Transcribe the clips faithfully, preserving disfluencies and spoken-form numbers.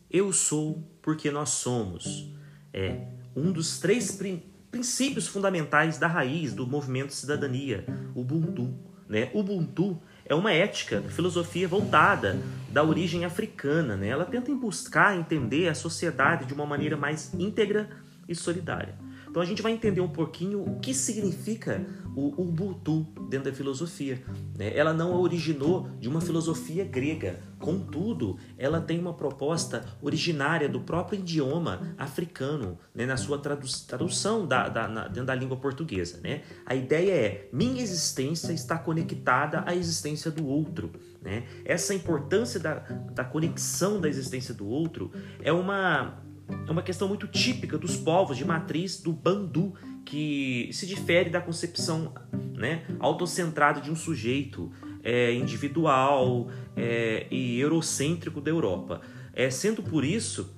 Eu sou porque nós somos. É um dos três prin- princípios fundamentais da raiz do movimento de cidadania, o Ubuntu. Né? Ubuntu é uma ética, filosofia voltada da origem africana. Né? Ela tenta buscar entender a sociedade de uma maneira mais íntegra e solidária. Então a gente vai entender um pouquinho o que significa o Ubuntu dentro da filosofia. Né? Ela não originou de uma filosofia grega, contudo, ela tem uma proposta originária do próprio idioma africano, né? Na sua tradu tradução da, da, na, dentro da língua portuguesa. Né? A ideia é, minha existência está conectada à existência do outro. Né? Essa importância da, da conexão da existência do outro é uma... É uma questão muito típica dos povos de matriz do Bantu, que se difere da concepção, né, autocentrada de um sujeito é, individual é, e eurocêntrico da Europa. É, sendo por isso,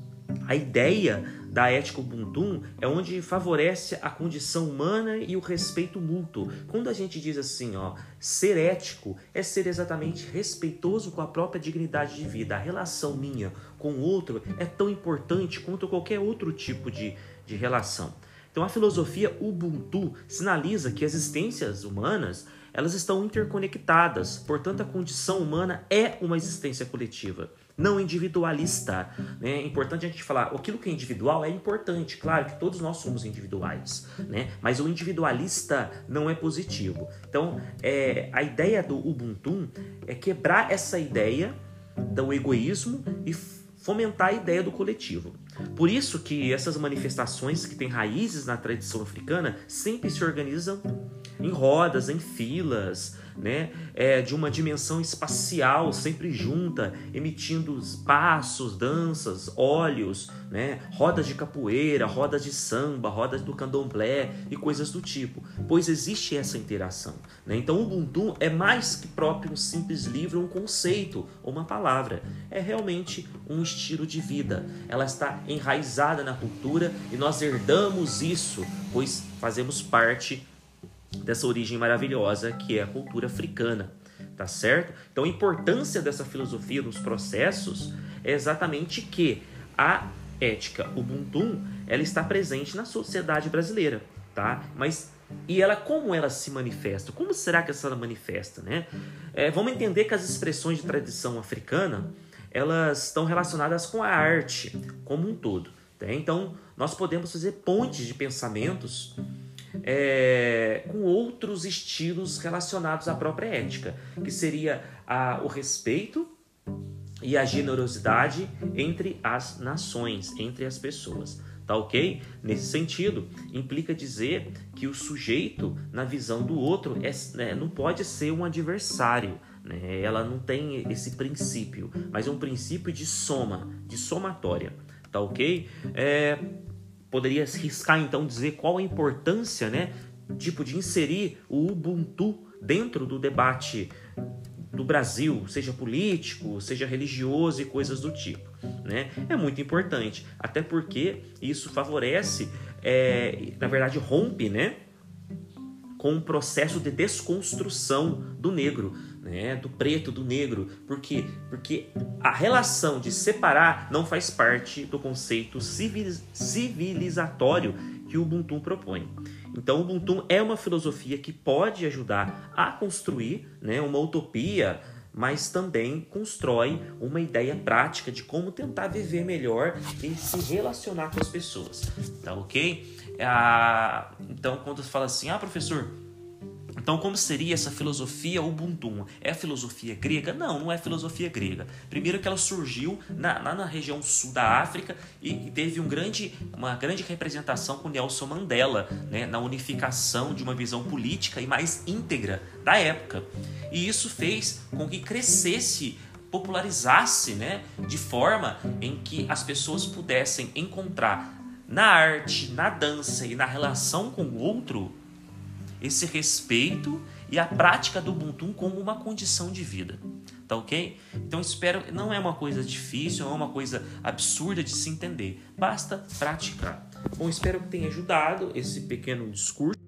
a ideia da ética Ubuntu é onde favorece a condição humana e o respeito mútuo. Quando a gente diz assim, ó, ser ético é ser exatamente respeitoso com a própria dignidade de vida. A relação minha com o outro é tão importante quanto qualquer outro tipo de, de relação. Então a filosofia Ubuntu sinaliza que as existências humanas elas estão interconectadas, portanto a condição humana é uma existência coletiva, não individualista. Né? É importante a gente falar, aquilo que é individual é importante, claro que todos nós somos individuais, né? Mas o individualista não é positivo. Então é, a ideia do Ubuntu é quebrar essa ideia do egoísmo e fomentar a ideia do coletivo. Por isso que essas manifestações que têm raízes na tradição africana sempre se organizam em rodas, em filas, né? É, de uma dimensão espacial sempre junta, emitindo passos, danças, óleos, né? Rodas de capoeira, rodas de samba, rodas do candomblé e coisas do tipo, pois existe essa interação. Né? Então o Ubuntu é mais que próprio um simples livro, um conceito ou uma palavra. É realmente um estilo de vida. Ela está enraizada na cultura e nós herdamos isso, pois fazemos parte dessa origem maravilhosa que é a cultura africana, tá certo? Então a importância dessa filosofia nos processos é exatamente que a ética Ubuntu, ela está presente na sociedade brasileira, tá? Mas e ela, como ela se manifesta? Como será que ela manifesta, né? É, vamos entender que as expressões de tradição africana, elas estão relacionadas com a arte como um todo, tá? Então nós podemos fazer pontes de pensamentos É, com outros estilos relacionados à própria ética, que seria a, o respeito e a generosidade entre as nações, entre as pessoas. Tá ok? Nesse sentido, implica dizer que o sujeito, na visão do outro, é, né, não pode ser um adversário. Né? Ela não tem esse princípio, mas é um princípio de soma, de somatória. Tá ok? É... Poderia riscar então dizer qual a importância, né, tipo de inserir o Ubuntu dentro do debate do Brasil, seja político, seja religioso e coisas do tipo, né? É muito importante, até porque isso favorece, é, na verdade rompe, né, com o processo de desconstrução do negro, né, do preto, do negro. Por quê? Porque a relação de separar não faz parte do conceito civilizatório que o Ubuntu propõe. Então o Ubuntu é uma filosofia que pode ajudar a construir, né, uma utopia, mas também constrói uma ideia prática de como tentar viver melhor e se relacionar com as pessoas. Tá ok? Ah, então quando você fala assim, ah professor, então como seria essa filosofia Ubuntu? É a filosofia grega? Não, não é filosofia grega. Primeiro que ela surgiu na, lá na região sul da África e teve um grande, uma grande representação com Nelson Mandela, né, na unificação de uma visão política e mais íntegra da época. E isso fez com que crescesse, popularizasse, né, de forma em que as pessoas pudessem encontrar na arte, na dança e na relação com o outro esse respeito e a prática do Ubuntu como uma condição de vida, tá ok? Então espero, não é uma coisa difícil, não é uma coisa absurda de se entender, basta praticar. Bom, espero que tenha ajudado esse pequeno discurso.